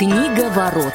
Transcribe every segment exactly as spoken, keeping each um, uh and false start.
Книга ворот.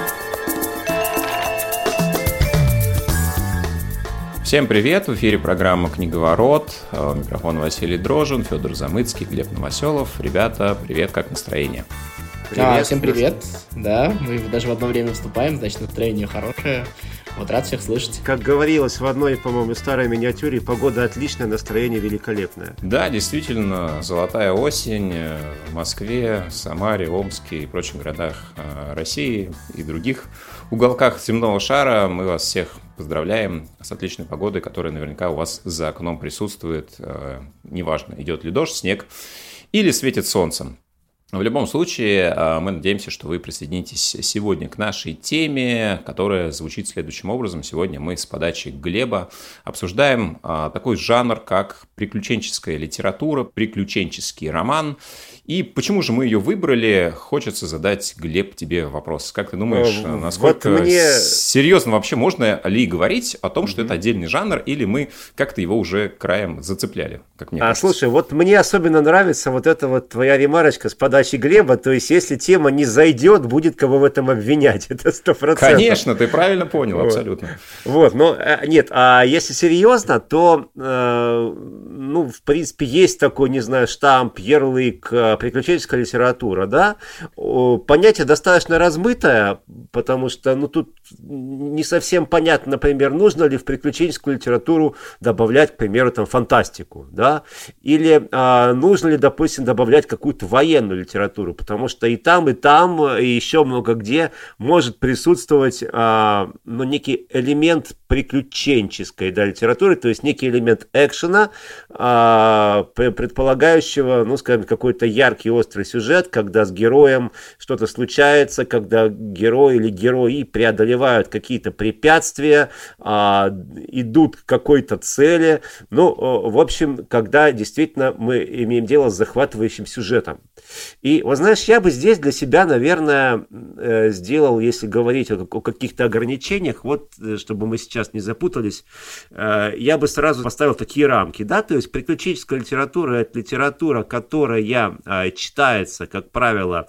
Всем привет! В эфире программа «Книговорот». У микрофона Василий Дрожжин, Федор Замыцкий, Глеб Новоселов. Ребята, привет, как настроение? Привет. А, всем привет! Да, мы даже в одно время выступаем, значит, настроение хорошее. Вот рад всех слышать. Как говорилось в одной, по-моему, старой миниатюре, погода отличная, настроение великолепное. Да, действительно, золотая осень в Москве, Самаре, Омске и прочих городах России и других уголках земного шара. Мы вас всех поздравляем с отличной погодой, которая наверняка у вас за окном присутствует. Неважно, идет ли дождь, снег или светит солнце. В любом случае, мы надеемся, что вы присоединитесь сегодня к нашей теме, которая звучит следующим образом. Сегодня мы с подачи Глеба обсуждаем такой жанр, как приключенческая литература, приключенческий роман. И почему же мы ее выбрали? Хочется задать, Глеб, тебе вопрос. Как ты думаешь, насколько вот мне... серьезно вообще можно ли говорить о том, что mm-hmm. это отдельный жанр, или мы как-то его уже краем зацепляли, как мне а, кажется? Слушай, вот мне особенно нравится вот эта вот твоя ремарочка с подачи Глеба, то есть если тема не зайдет, будет кого в этом обвинять, это сто процентов. Конечно, ты правильно понял, вот. Абсолютно. Вот, но нет, а если серьезно, то, э, ну, в принципе, есть такой, не знаю, штамп, ярлык, приключенческая литература, да, понятие достаточно размытое, потому что, ну, тут не совсем понятно, например, нужно ли в приключенческую литературу добавлять, к примеру, там, фантастику, да, или а, нужно ли, допустим, добавлять какую-то военную литературу, потому что и там, и там, и еще много где может присутствовать, а, ну, некий элемент приключенческой, да, литературы, то есть некий элемент экшена, а, предполагающего, ну, скажем, какой-то яркий, острый сюжет, когда с героем что-то случается, когда герой или герои преодолевают какие-то препятствия, а, идут к какой-то цели. Ну, в общем, когда действительно мы имеем дело с захватывающим сюжетом. И, вот знаешь, я бы здесь для себя, наверное, сделал, если говорить о, о каких-то ограничениях, вот, чтобы мы сейчас не запутались, я бы сразу поставил такие рамки, да, то есть приключенческая литература — это литература, которая читается, как правило,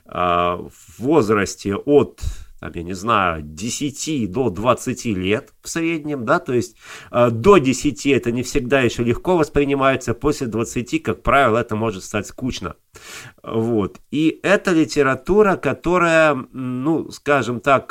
в возрасте от, там, я не знаю, десяти до двадцати лет в среднем, да, то есть до десяти это не всегда еще легко воспринимается, после двадцати, как правило, это может стать скучно. Вот. И это литература, которая, ну, скажем так,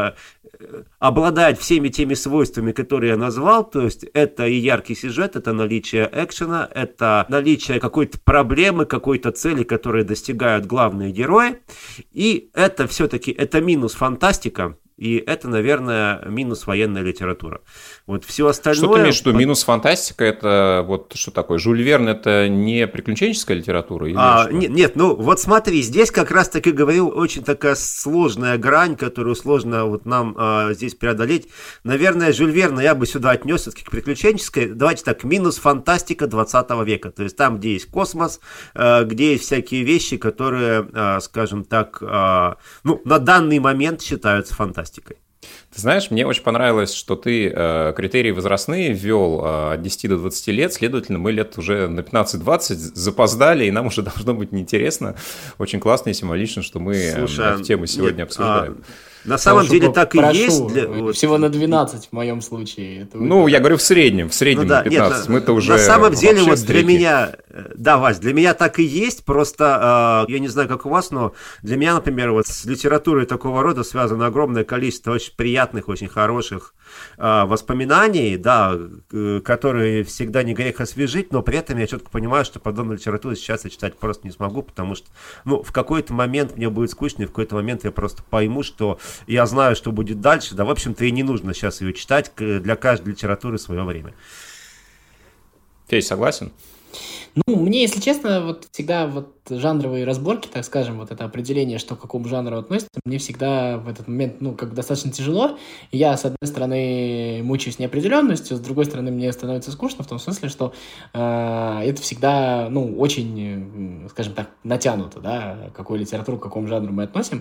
обладает всеми теми свойствами, которые я назвал, то есть это и яркий сюжет, это наличие экшена, это наличие какой-то проблемы, какой-то цели, которые достигают главные герои, и это все-таки, это минус фантастика, и это, наверное, минус военная литература. Вот все остальное... Что ты имеешь в виду? Минус фантастика — это вот что такое? Жюль Верн — это не приключенческая литература? Или а, нет, нет, ну вот смотри, здесь как раз таки говорил очень такая сложная грань, которую сложно вот нам а, здесь преодолеть. Наверное, Жюль Верна я бы сюда отнес все-таки к приключенческой. Давайте так, минус фантастика двадцатого века. То есть там, где есть космос, а, где есть всякие вещи, которые, а, скажем так, а, ну, на данный момент считаются фантастикой. Ты знаешь, мне очень понравилось, что ты э, критерии возрастные ввел э, от десяти до двадцати лет, следовательно, мы лет уже на пятнадцать-двадцать запоздали, и нам уже должно быть неинтересно. Очень классно и символично, что мы Слушай, эту тему сегодня нет, обсуждаем. А... На самом деле так и прошу, есть. Для, вот. Всего на двенадцать в моем случае. Это ну, вы... я говорю в среднем, в среднем ну, да, на пятнадцать. Мы-то уже на самом деле вот для меня, да, Вась, для меня так и есть. Просто, э, я не знаю, как у вас, но для меня, например, вот с литературой такого рода связано огромное количество очень приятных, очень хороших э, воспоминаний, да, э, которые всегда не грех освежить, но при этом я четко понимаю, что подобную литературу сейчас я читать просто не смогу, потому что, ну, в какой-то момент мне будет скучно, и в какой-то момент я просто пойму, что я знаю, что будет дальше. Да, в общем-то, и не нужно сейчас ее читать. Для каждой литературы свое время. Федь, согласен? Ну, мне, если честно, вот всегда вот жанровые разборки, так скажем, вот это определение, что к какому жанру относится, мне всегда в этот момент, ну, как достаточно тяжело. И я, с одной стороны, мучаюсь неопределенностью, с другой стороны, мне становится скучно в том смысле, что э, это всегда, ну, очень, скажем так, натянуто, да, какую литературу, к какому жанру мы относим.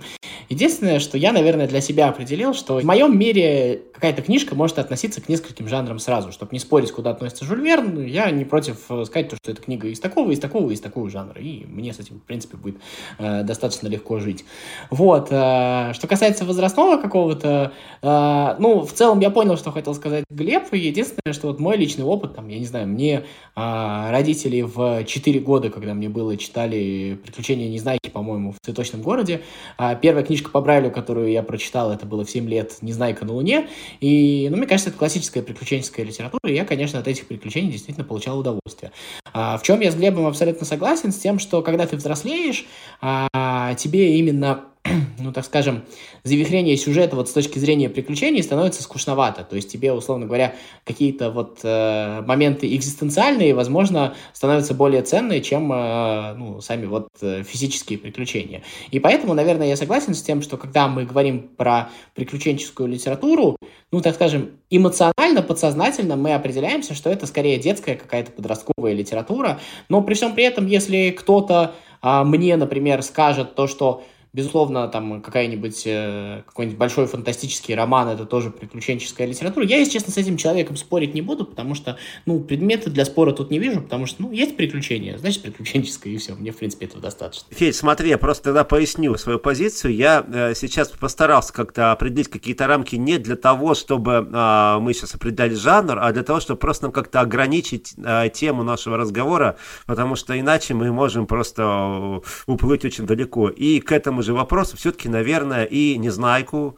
Единственное, что я, наверное, для себя определил, что в моем мире какая-то книжка может относиться к нескольким жанрам сразу. Чтобы не спорить, куда относится Жюль Верн, я не против сказать, что эта книга из такого, из такого, из такого жанра. И мне с этим, в принципе, будет э, достаточно легко жить. Вот. Э, что касается возрастного какого-то, э, ну, в целом я понял, что хотел сказать Глеб. И единственное, что вот мой личный опыт, там, я не знаю, мне э, родители в четыре года, когда мне было, читали «Приключения Незнайки», по-моему, в «Цветочном городе». Э, первая книжка по Брайлю, которую я прочитал, это было в семь лет, «Незнайка на Луне». И, ну, мне кажется, это классическая приключенческая литература, и я, конечно, от этих приключений действительно получал удовольствие. А, в чем я с Глебом абсолютно согласен, с тем, что когда ты взрослеешь, а, тебе именно, ну, так скажем, завихрение сюжета вот с точки зрения приключений становится скучновато. То есть тебе, условно говоря, какие-то вот э, моменты экзистенциальные, возможно, становятся более ценные, чем э, ну, сами вот э, физические приключения. И поэтому, наверное, я согласен с тем, что когда мы говорим про приключенческую литературу, ну, так скажем, эмоционально, подсознательно мы определяемся, что это скорее детская какая-то подростковая литература. Но при всем при этом, если кто-то а, мне, например, скажет то, что безусловно, там какая-нибудь, э, какой-нибудь большой фантастический роман — это тоже приключенческая литература. Я, если честно, с этим человеком спорить не буду, потому что, ну, предмета для спора тут не вижу, потому что, ну, есть приключения, значит, приключенческое, и все. Мне, в принципе, этого достаточно. Федь, смотри, я просто тогда поясню свою позицию. Я э, сейчас постарался как-то определить какие-то рамки не для того, чтобы э, мы сейчас определяли жанр, а для того, чтобы просто нам как-то ограничить э, тему нашего разговора, потому что иначе мы можем просто уплыть очень далеко. И к этому же вопросу все-таки, наверное, и «Незнайку»,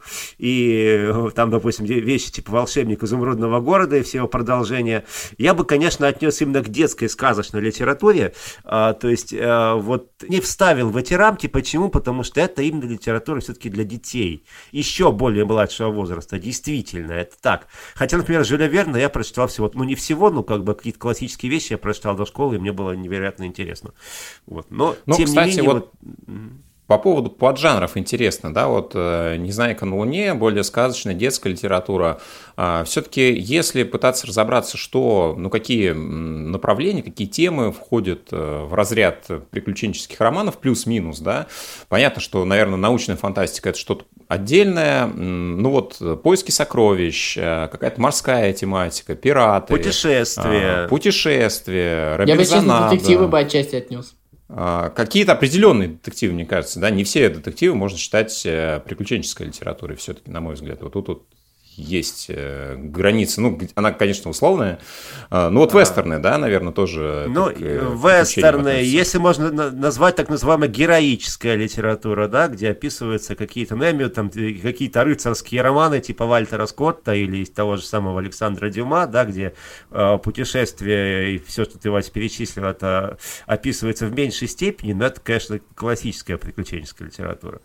и там, допустим, вещи типа «Волшебник изумрудного города» и все его продолжения, я бы, конечно, отнес именно к детской сказочной литературе, а, то есть а, вот не вставил в эти рамки. Почему? Потому что это именно литература все-таки для детей, еще более младшего возраста, действительно, это так. Хотя, например, Жюля Верна я прочитал всего, ну не всего, ну как бы какие-то классические вещи я прочитал до школы, и мне было невероятно интересно. Вот. Но, ну, тем кстати, не менее... вот... По поводу поджанров интересно, да, вот «Незнайка на Луне», более сказочная детская литература. Все-таки, если пытаться разобраться, что, ну, какие направления, какие темы входят в разряд приключенческих романов, плюс-минус, да, понятно, что, наверное, научная фантастика – это что-то отдельное, ну, вот «Поиски сокровищ», какая-то морская тематика, пираты. Путешествия. Путешествия, Робинзонада. Я бы, честно, детективы бы отчасти отнес. Какие-то определенные детективы, мне кажется, да, не все детективы можно считать приключенческой литературой, все-таки, на мой взгляд. Вот тут вот есть граница, ну, она, конечно, условная, но вот а, вестерны, да, наверное, тоже. Ну, вестерны, если можно назвать так называемая героическая литература, да, где описываются какие-то, ну, я имею в виду, там, какие-то рыцарские романы типа Вальтера Скотта или того же самого Александра Дюма, да, где э, путешествия и все, что ты, Вась, перечислил, это описывается в меньшей степени, но это, конечно, классическая приключенческая литература.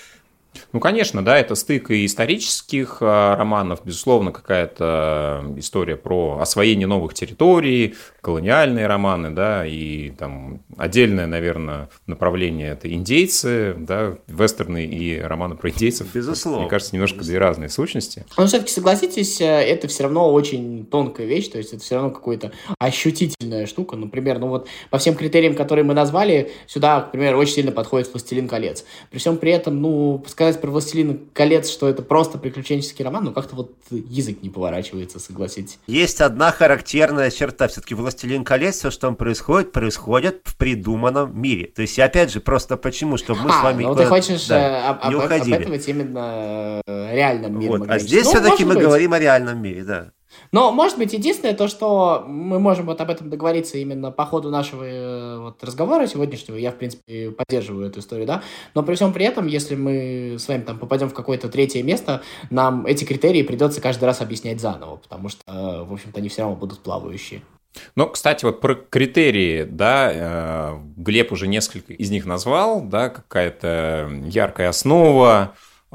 Ну, конечно, да, это стык и исторических а, романов, безусловно, какая-то история про освоение новых территорий, колониальные романы, да, и там отдельное, наверное, направление – это индейцы, да, вестерны и романы про индейцев. Безусловно. Мне кажется, немножко две разные сущности. Но все-таки, согласитесь, это все равно очень тонкая вещь, то есть это все равно какая-то ощутительная штука. Например, ну вот по всем критериям, которые мы назвали, сюда, к примеру, очень сильно подходит «Властелин колец». При всем при этом, ну, сказать про «Властелин колец», что это просто приключенческий роман, ну как-то вот язык не поворачивается, согласитесь. Есть одна характерная черта. Все-таки «Властелин колец», все, что там происходит, происходит в придуманном мире. То есть, опять же, просто почему, чтобы мы а, с вами... ну ты хочешь да, об, не об, уходили. обетовать именно реальном мире. Вот. А здесь ну, все-таки мы быть. говорим о реальном мире, да. Но, может быть, единственное то, что мы можем вот об этом договориться именно по ходу нашего вот разговора сегодняшнего, я, в принципе, поддерживаю эту историю, да, но при всем при этом, если мы с вами там попадем в какое-то третье место, нам эти критерии придется каждый раз объяснять заново, потому что, в общем-то, они все равно будут плавающие. Ну, кстати, вот про критерии, да, Глеб уже несколько из них назвал, да, какая-то яркая основа,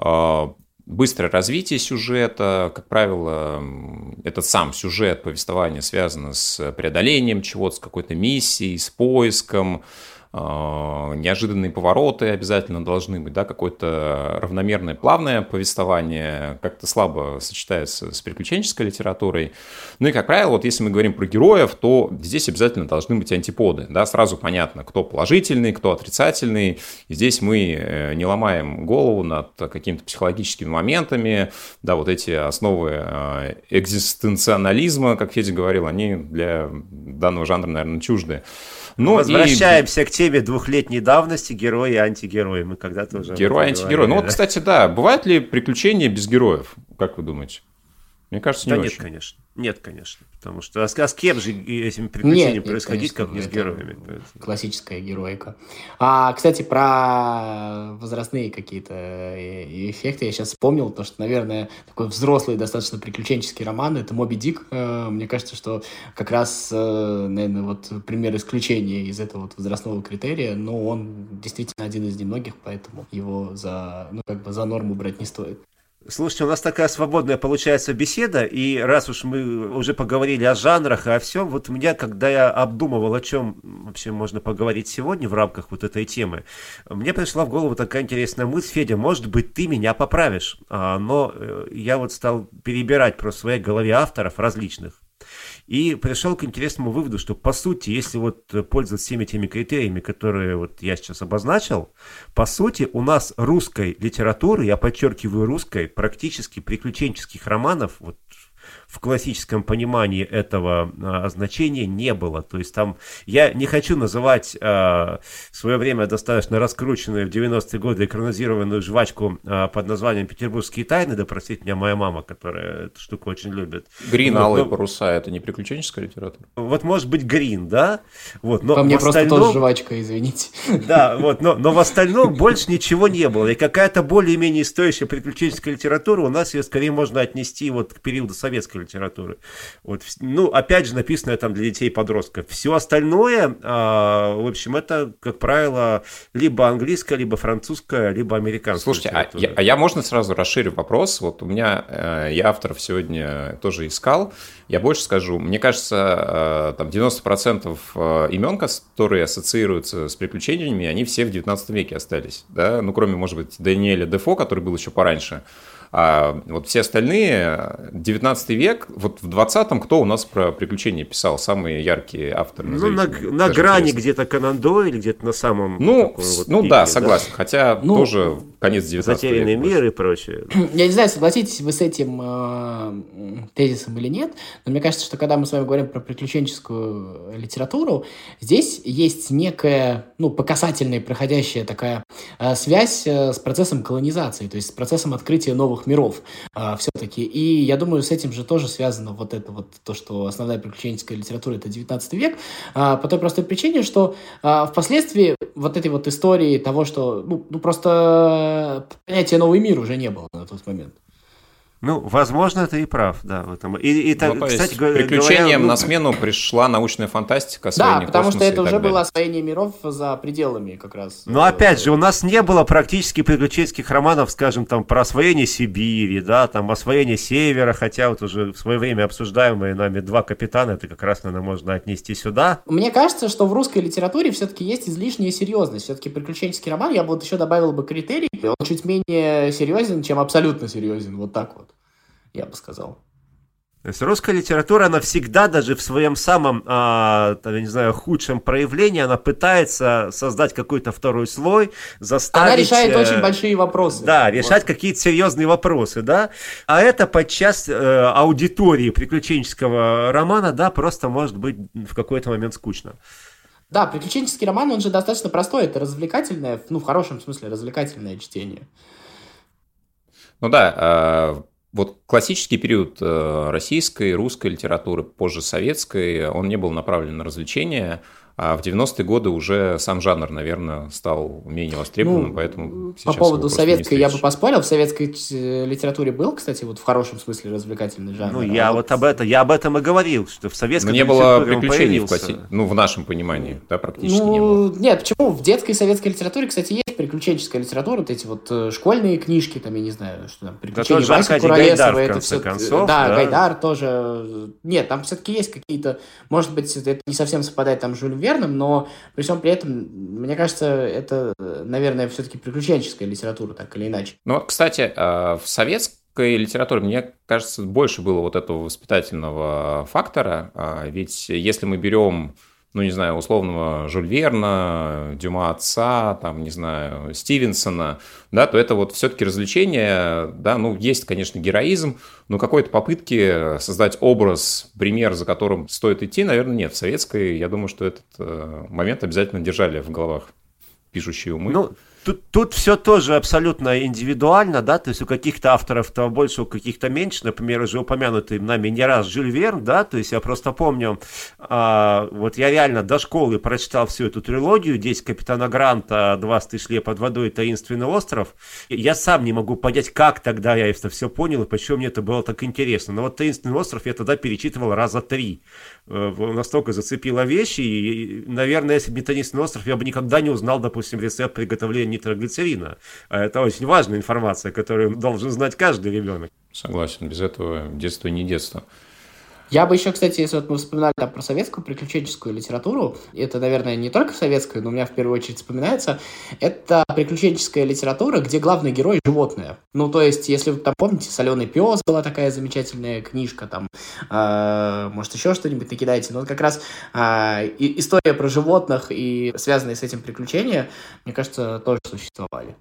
быстрое развитие сюжета, как правило, этот сам сюжет повествования связан с преодолением чего-то, с какой-то миссией, с поиском. неожиданные повороты обязательно должны быть, да, какое-то равномерное, плавное повествование как-то слабо сочетается с приключенческой литературой. Ну и, как правило, вот если мы говорим про героев, то здесь обязательно должны быть антиподы, да, сразу понятно, кто положительный, кто отрицательный. И здесь мы не ломаем голову над какими-то психологическими моментами, да, вот эти основы экзистенциализма, как Федя говорил, они для данного жанра, наверное, чужды. Ну, возвращаемся и... к теме двухлетней давности, герои и антигерои. Мы когда-то уже... Герой, антигерой. Ну, вот, кстати, да, бывают ли приключения без героев? Как вы думаете? Мне кажется, не да очень. нет, конечно. Нет, конечно. Потому что а с кем же этими приключениями нет, происходить, конечно, как не с героями? Классическая героика. А, кстати, про возрастные какие-то эффекты я сейчас вспомнил, потому что, наверное, такой взрослый, достаточно приключенческий роман — это «Моби Дик». Мне кажется, что как раз, наверное, вот пример исключения из этого вот возрастного критерия, но он действительно один из немногих, поэтому его за, ну, как бы за норму брать не стоит. Слушайте, у нас такая свободная получается беседа, и раз уж мы уже поговорили о жанрах и о всем, вот у меня, когда я обдумывал, о чем вообще можно поговорить сегодня в рамках вот этой темы, мне пришла в голову такая интересная мысль: Федя, может быть, ты меня поправишь, но я вот стал перебирать про в своей голове авторов различных. И пришел к интересному выводу, что, по сути, если вот пользоваться всеми теми критериями, которые вот я сейчас обозначил, по сути, у нас русской литературы, я подчеркиваю русской, практически приключенческих романов, вот в классическом понимании этого а, значения не было. То есть там, я не хочу называть а, в свое время достаточно раскрученную в девяностые годы экранизированную жвачку а, под названием «Петербургские тайны», да простит меня моя мама, которая эту штуку очень любит. Грин, вот, алые но... паруса — это не приключенческая литература? Вот может быть Грин, да? Вот, но по мне остальном... просто тоже жвачка, извините. Да, вот, но, но в остальном больше ничего не было. И какая-то более-менее стоящая приключенческая литература, у нас ее скорее можно отнести вот к периоду советской литературы. Вот, ну, опять же, написанное там для детей и подростков. Все остальное, а, в общем, это, как правило, либо английская, либо французская, либо американская. Слушайте, а я, а я можно сразу расширю вопрос? Вот у меня, э, я авторов сегодня тоже искал. Я больше скажу, мне кажется, э, там девяносто процентов имен, которые ассоциируются с приключениями, они все в девятнадцатом веке остались. Да? Ну, кроме, может быть, Даниэля Дефо, который был еще пораньше. А вот все остальные, девятнадцатый век, вот в двадцатом кто у нас про приключения писал? Самые яркие авторы? Ну, на, на грани интересно. Где-то Конан Дойль, где-то на самом... Ну, вот ну пике, да, согласен, да? Хотя ну, тоже конец девятнадцатого века. Затерянный мир и прочее. Я не знаю, согласитесь вы с этим э, тезисом или нет, но мне кажется, что когда мы с вами говорим про приключенческую литературу, здесь есть некая, ну, по касательной проходящая такая э, связь э, с процессом колонизации, то есть с процессом открытия новых миров а, все-таки. И я думаю, с этим же тоже связано вот это вот, то, что основная приключенческая литература — это девятнадцатый век, а, по той простой причине, что а, впоследствии вот этой вот истории того, что ну, ну просто понятия «новый мир» уже не было на тот момент. Ну, возможно, ты и прав, да, в этом. И, и, ну, так, кстати, приключениям говоря, ну... на смену пришла научная фантастика, освоение да, потому что это уже далее. было освоение миров за пределами как раз. Но опять же, у нас не было практически приключенческих романов, скажем, там, про освоение Сибири, да, там, освоение Севера, хотя вот уже в свое время обсуждаемые нами «Два капитана», это как раз, наверное, можно отнести сюда. Мне кажется, что в русской литературе все-таки есть излишняя серьезность. Все-таки приключенческий роман, я бы вот еще добавил бы критерий, он чуть менее серьезен, чем абсолютно серьезен, вот так вот. Я бы сказал. То есть русская литература, она всегда, даже в своем самом, а, я не знаю, худшем проявлении, она пытается создать какой-то второй слой, заставить... Она решает э, очень большие вопросы. Да, решать вот. Какие-то серьезные вопросы, да. А это подчас э, аудитории приключенческого романа, да, просто может быть в какой-то момент скучно. Да, приключенческий роман, он же достаточно простой, это развлекательное, ну, в хорошем смысле, развлекательное чтение. Ну да, вот классический период российской, русской литературы, позже советской, он не был направлен на развлечения, а в девяностые годы уже сам жанр, наверное, стал менее востребованным, ну, поэтому сейчас по поводу советской я бы поспорил, в советской литературе был, кстати, вот в хорошем смысле развлекательный жанр. Ну, я а вот об этом, я об этом и говорил, что в советской литературе не было приключений в классе, ну, в нашем понимании, да, практически ну, не было. Нет, почему? В детской советской литературе, кстати, есть приключенческая литература, вот эти вот э, школьные книжки, там, я не знаю, что там, «Приключения да Васи Куролесова», это все... Концов, да, да, Гайдар тоже... Нет, там все-таки есть какие-то... Может быть, это не совсем совпадает там с Жюлем Верном, но при всем при этом, мне кажется, это, наверное, все-таки приключенческая литература, так или иначе. Ну вот, кстати, в советской литературе, мне кажется, больше было вот этого воспитательного фактора, ведь если мы берем... ну, не знаю, условного Жюль Верна, Дюма отца, там, не знаю, Стивенсона, да, то это вот все-таки развлечение, да, ну, есть, конечно, героизм, но какой-то попытки создать образ, пример, за которым стоит идти, наверное, нет. В советской, я думаю, что этот момент обязательно держали в головах пишущие умы. Ну, Тут, тут все тоже абсолютно индивидуально, да, то есть у каких-то авторов то больше, у каких-то меньше, например, уже упомянутый нами не раз Жюль Верн, да, то есть я просто помню, а, вот я реально до школы прочитал всю эту трилогию, десять Капитана Гранта, двадцать тысяч лет под водой, Таинственный остров, я сам не могу понять, как тогда я это все понял и почему мне это было так интересно, но вот Таинственный остров я тогда перечитывал раза три, настолько зацепила вещь, и, наверное, если бы не Таинственный остров, я бы никогда не узнал, допустим, рецепт приготовления нитроглицерина. Это очень важная информация, которую должен знать каждый ребенок. Согласен, без этого детство не детство. Я бы еще, кстати, если вот мы вспоминали там, про советскую приключенческую литературу, это, наверное, не только советская, но у меня в первую очередь вспоминается, это приключенческая литература, где главный герой – животное. Ну, то есть, если вы там помните, «Соленый пес» была такая замечательная книжка, там, э, может, еще что-нибудь накидайте, но как раз э, и, история про животных и связанные с этим приключения, мне кажется, тоже существовали.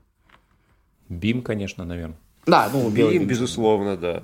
Бим, конечно, наверное. Да, ну, Бим, Бим, безусловно, да.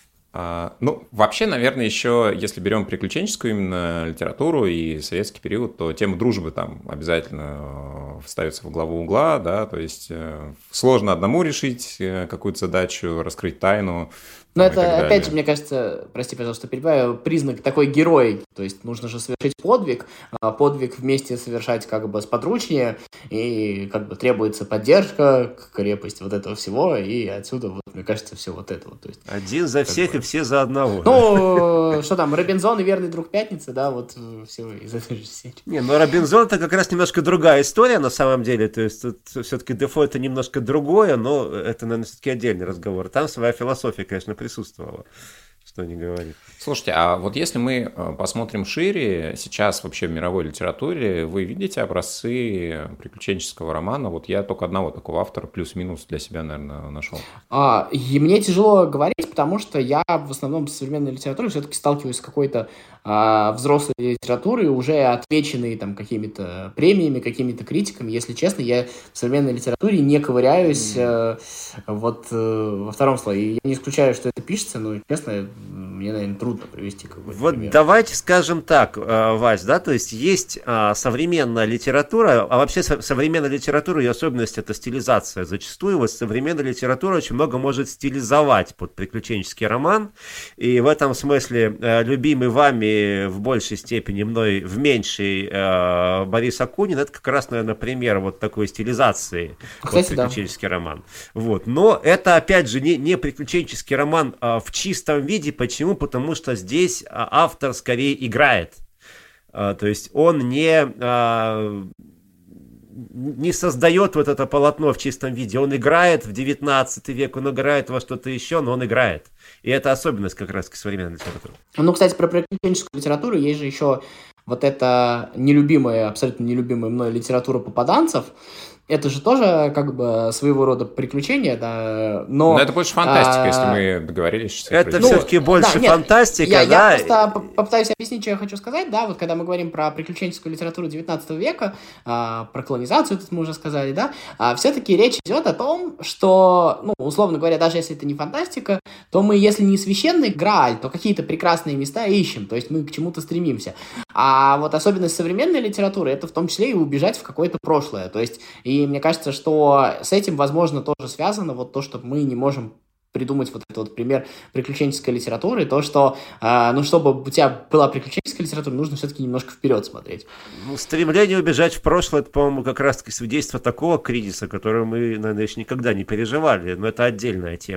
А, ну, вообще, наверное, еще, если берем приключенческую именно литературу и советский период, то тема дружбы там обязательно вставится в главу угла, да, то есть сложно одному решить какую-то задачу, раскрыть тайну. Но это, опять же, мне кажется, прости, пожалуйста, перебиваю, признак такой герой, то есть нужно же совершить подвиг, а подвиг вместе совершать как бы сподручнее, и как бы требуется поддержка, крепость вот этого всего, и отсюда, вот, мне кажется, все вот это вот. То есть, один за всех бы... и все за одного. Ну, что там, Робинзон и верный друг Пятницы, да, вот все из этой же серии. Не, ну Робинзон это как раз немножко другая история на самом деле, то есть тут все-таки Дефо это немножко другое, но это, наверное, все-таки отдельный разговор. Там своя философия, конечно, присутствовала, что не говорит. Слушайте, а вот если мы посмотрим шире, сейчас вообще в мировой литературе вы видите образцы приключенческого романа? Вот я только одного такого автора плюс-минус для себя, наверное, нашел. А, и мне тяжело говорить, потому что я в основном в современной литературе все-таки сталкиваюсь с какой-то а, взрослой литературой, уже отмеченной там какими-то премиями, какими-то критиками. Если честно, я в современной литературе не ковыряюсь mm. э, вот э, во втором слое. Я не исключаю, что это пишется, но, честно, мне, наверное, трудно привести какой-то вот пример. Давайте скажем так, Вась, да, то есть есть а, современная литература, а вообще со- современная литература, ее особенность это стилизация. Зачастую вот современная литература очень много может стилизовать под приключенческий роман, и в этом смысле э, любимый вами в большей степени, мной в меньшей э, Борис Акунин, это как раз, наверное, пример вот такой стилизации под приключенческий да. роман. Вот. Но это, опять же, не, не приключенческий роман а в чистом виде. Почему? Потому что здесь автор скорее играет. То есть он не, не создает вот это полотно в чистом виде. Он играет в девятнадцатый век, он играет во что-то еще, но он играет. И это особенность как раз современной литературы. Ну, кстати, про приключенческую литературу есть же еще вот эта нелюбимая, абсолютно нелюбимая мной литература попаданцев. Это же тоже как бы своего рода приключение, да, но... Но это больше фантастика, а... если мы договорились. Это ну, все-таки больше да, нет, фантастика, я, да? Я просто попытаюсь объяснить, что я хочу сказать, да, вот когда мы говорим про приключенческую литературу девятнадцатого века, а, про колонизацию, тут мы уже сказали, да, а, все-таки речь идет о том, что, ну, условно говоря, даже если это не фантастика, то мы, если не священный Грааль, то какие-то прекрасные места ищем, то есть мы к чему-то стремимся. А вот особенность современной литературы, это в том числе и убежать в какое-то прошлое, то есть... И мне кажется, что с этим, возможно, тоже связано вот то, что мы не можем придумать вот этот вот пример приключенческой литературы, то, что, э, ну, чтобы у тебя была приключенческая литература, нужно все-таки немножко вперед смотреть. Ну, стремление убежать в прошлое, это, по-моему, как раз-таки свидетельство такого кризиса, который мы, наверное, еще никогда не переживали, но это отдельная тема.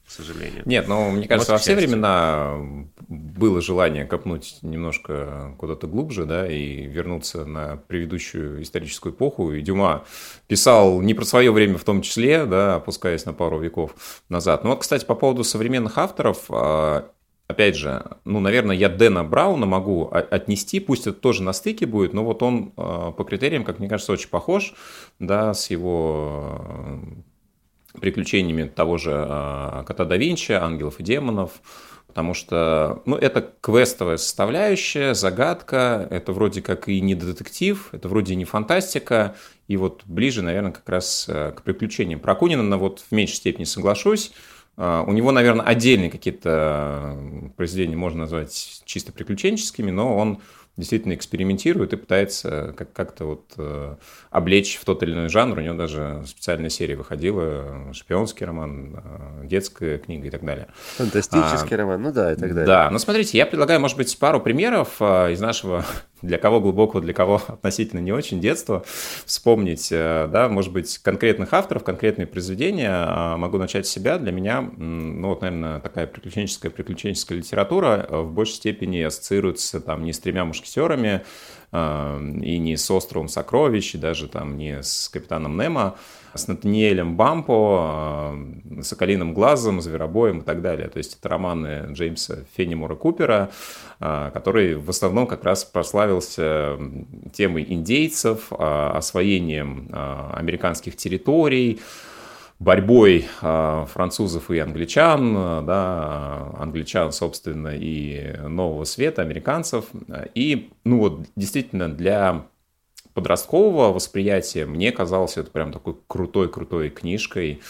к сожалению. Нет, ну, мне кажется, вот во все времена было желание копнуть немножко куда-то глубже, да, и вернуться на предыдущую историческую эпоху. И Дюма писал не про свое время в том числе, да, опускаясь на пару веков назад. Ну вот, кстати, по поводу современных авторов, опять же, ну, наверное, я Дэна Брауна могу отнести, пусть это тоже на стыке будет, но вот он по критериям, как мне кажется, очень похож, да, с его приключениями того же Кота да Винчи, Ангелов и демонов, потому что, ну, это квестовая составляющая, загадка, это вроде как и не детектив, это вроде и не фантастика, и вот ближе, наверное, как раз к приключениям. Про Акунина вот в меньшей степени соглашусь. У него, наверное, отдельные какие-то произведения можно назвать чисто приключенческими, но он действительно экспериментирует и пытается как-то вот облечь в тот или иной жанр. У него даже специальная серия выходила, шпионский роман, детская книга и так далее. Фантастический а, роман, ну да, и так далее. Да, ну смотрите, я предлагаю, может быть, пару примеров из нашего, для кого глубокого, для кого относительно не очень, детства, вспомнить, да, может быть, конкретных авторов, конкретные произведения. Могу начать с себя. Для меня, ну вот, наверное, такая приключенческая, приключенческая литература в большей степени ассоциируется там не с «Тремя мушкетерами», и не с «Островом сокровищ», и даже там не с «Капитаном Немо», с Натаниэлем Бампо, «Соколиным глазом», «Зверобоем» и так далее. То есть это романы Джеймса Феннимора Купера, который в основном как раз прославился темой индейцев, освоением американских территорий, борьбой французов и англичан, да, англичан, собственно, и Нового Света, американцев. И, ну вот, действительно, для подросткового восприятия мне казалось это прям такой крутой-крутой книжкой.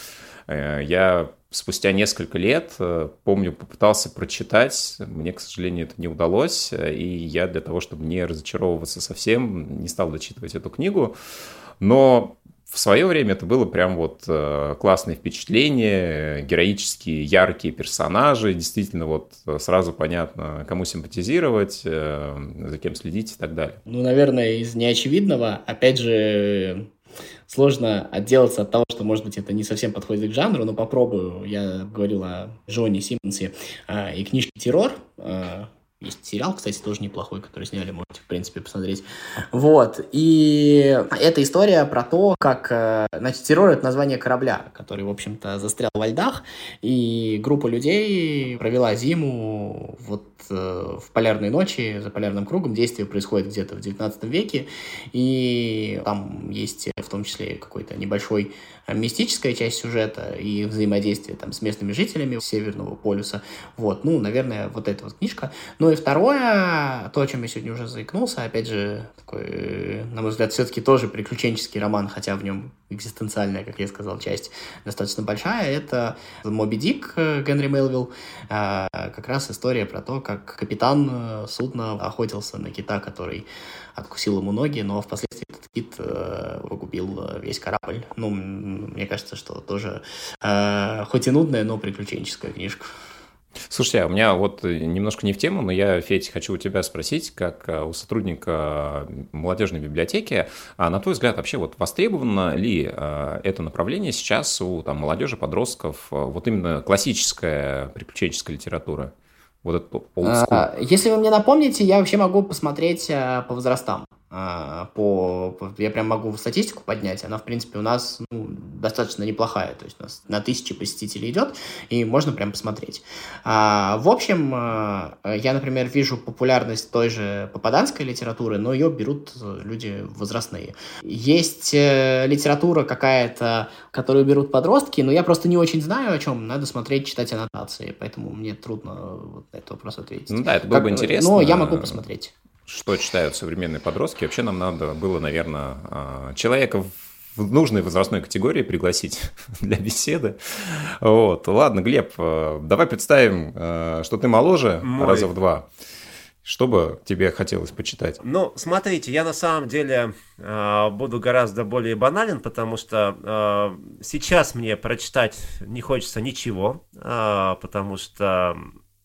Я спустя несколько лет, помню, попытался прочитать, мне, к сожалению, это не удалось, и я для того, чтобы не разочаровываться совсем, не стал дочитывать эту книгу, но в свое время это было прям вот классное впечатление, героические, яркие персонажи, действительно вот сразу понятно, кому симпатизировать, за кем следить и так далее. Ну, наверное, из неочевидного, опять же, сложно отделаться от того, что, может быть, это не совсем подходит к жанру, но попробую. Я говорил о Джоне Симмонсе и книжке «Террор». Есть сериал, кстати, тоже неплохой, который сняли, можете, в принципе, посмотреть. Вот. И эта история про то, как... Значит, «Террор» — это название корабля, который, в общем-то, застрял во льдах, и группа людей провела зиму вот в полярной ночи, за полярным кругом. Действие происходит где-то в девятнадцатом веке, и там есть в том числе какой-то небольшой мистическая часть сюжета и взаимодействие там с местными жителями Северного полюса. Вот, ну, наверное, вот эта вот книжка. Ну и второе, то, о чем я сегодня уже заикнулся, опять же, такой, на мой взгляд, все-таки тоже приключенческий роман, хотя в нем экзистенциальная, как я сказал, часть достаточно большая, это «Моби Дик» Генри Мелвилл. Как раз история про то, как капитан судна охотился на кита, который откусил ему ноги, но впоследствии этот кит погубил весь корабль. Ну, мне кажется, что тоже хоть и нудная, но приключенческая книжка. Слушайте, а у меня вот немножко не в тему, но я, Федь, хочу у тебя спросить, как у сотрудника молодежной библиотеки, а на твой взгляд, вообще вот востребовано ли это направление сейчас у там, молодежи, подростков, вот именно классическая приключенческая литература? Вот это old school. Если вы мне напомните, я вообще могу посмотреть по возрастам. По, по, я прям могу статистику поднять, она, в принципе, у нас ну, достаточно неплохая, то есть у нас на тысячи посетителей идет, и можно прям посмотреть. А, в общем, я, например, вижу популярность той же попаданской литературы, но ее берут люди возрастные. Есть литература какая-то, которую берут подростки, но я просто не очень знаю, о чем, надо смотреть, читать аннотации, поэтому мне трудно вот на этот вопрос ответить. Ну да, это было как, бы интересно. Но я могу посмотреть. Что читают современные подростки. Вообще нам надо было, наверное, человека в нужной возрастной категории пригласить для беседы. Вот. Ладно, Глеб, давай представим, что ты моложе Мой. раза в два. Что бы тебе хотелось почитать? Ну, смотрите, я на самом деле э, буду гораздо более банален, потому что э, сейчас мне прочитать не хочется ничего, э, потому что...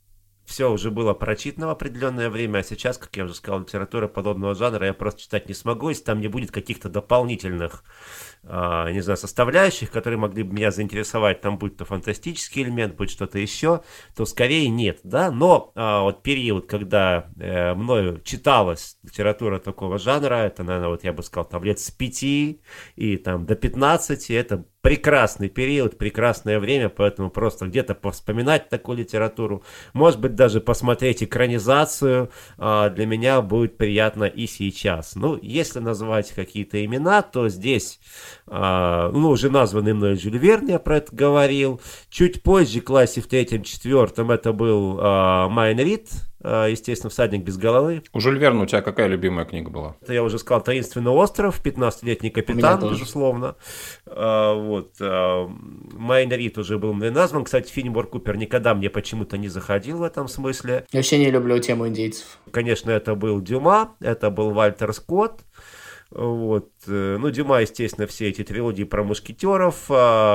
все уже было прочитано в определенное время, а сейчас, как я уже сказал, литература подобного жанра я просто читать не смогу, если там не будет каких-то дополнительных, э, не знаю, составляющих, которые могли бы меня заинтересовать, там будь то фантастический элемент, будь что-то еще, то скорее нет, да, но э, вот период, когда э, мною читалась литература такого жанра, это, наверное, вот я бы сказал, там лет с пяти и там до пятнадцати, это прекрасный период, прекрасное время, поэтому просто где-то повспоминать такую литературу, может быть, даже посмотреть экранизацию, для меня будет приятно и сейчас. Ну, если назвать какие-то имена, то здесь, ну, уже названный мной Жюль Верн, я про это говорил. Чуть позже, в классе в третьем-четвертом, это был Майн Рид, естественно, «Всадник без головы». У Жюль Верна у тебя какая любимая книга была? Это я уже сказал «Таинственный остров», «пятнадцатилетний капитан», безусловно. Вот. Майн Рид уже был мне назван. Кстати, Финибор Купер никогда мне почему-то не заходил в этом смысле. Я вообще не люблю тему индейцев. Конечно, это был Дюма, это был Вальтер Скотт. Вот. Ну, Дюма, естественно, все эти трилогии про мушкетеров,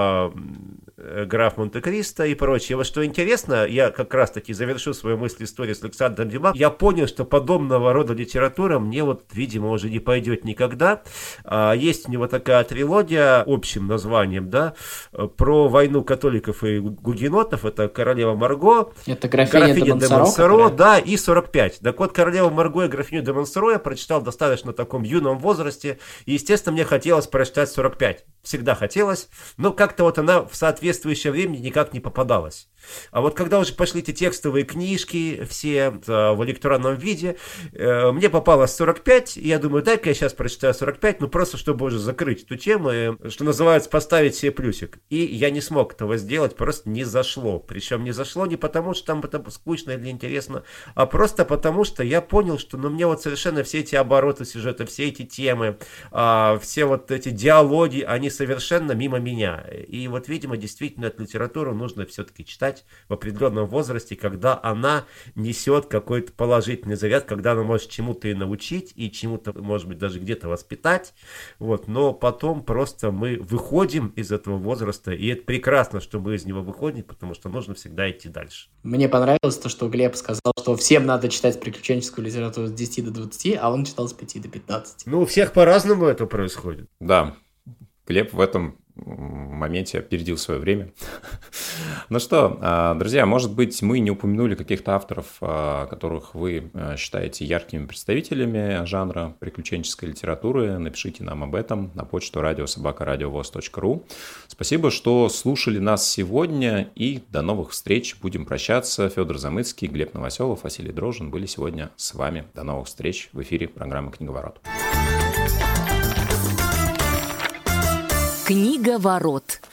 граф Монте-Кристо и прочее. Вот что интересно, я как раз-таки завершу свою мысль истории с Александром Дюма. Я понял, что подобного рода литература мне вот, видимо, уже не пойдет никогда. Есть у него такая трилогия общим названием, да, про войну католиков и гугенотов. Это «Королева Марго», это «Графиня, графиня де Монсоро», Монсоро, да, и сорок пять. Так вот, «Королеву Марго» и «Графиню де Монсоро» я прочитал в достаточно таком юном возрасте. И, естественно, мне хотелось прочитать сорок пять. Всегда хотелось, но как-то вот она в соответствующее время никак не попадалась. А вот когда уже пошли эти текстовые книжки все в электронном виде, мне попалось сорок пять, и я думаю, дай-ка я сейчас прочитаю сорок пять, ну просто чтобы уже закрыть эту тему, что называется, поставить себе плюсик. И я не смог этого сделать, просто не зашло. Причем не зашло не потому, что там это скучно или интересно, а просто потому, что я понял, что ну, мне вот совершенно все эти обороты сюжета, все эти темы, все вот эти диалоги, они совершенно мимо меня. И вот, видимо, действительно эту литературу нужно все-таки читать в определенном возрасте, когда она несет какой-то положительный заряд, когда она может чему-то и научить, и чему-то, может быть, даже где-то воспитать. Вот. Но потом просто мы выходим из этого возраста, и это прекрасно, что мы из него выходим, потому что нужно всегда идти дальше. Мне понравилось то, что Глеб сказал, что всем надо читать приключенческую литературу с десяти до двадцати, а он читал с пяти до пятнадцати. Ну, у всех по-разному это происходит. Да, Глеб в этом моменте опередил свое время. Ну что, друзья, может быть, мы не упомянули каких-то авторов, которых вы считаете яркими представителями жанра приключенческой литературы. Напишите нам об этом на почту радио собака радиовоз точка ру. Спасибо, что слушали нас сегодня, и до новых встреч. Будем прощаться. Федор Замыцкий, Глеб Новоселов, Василий Дрожжин были сегодня с вами. До новых встреч в эфире программы «Книговорот». Книговорот.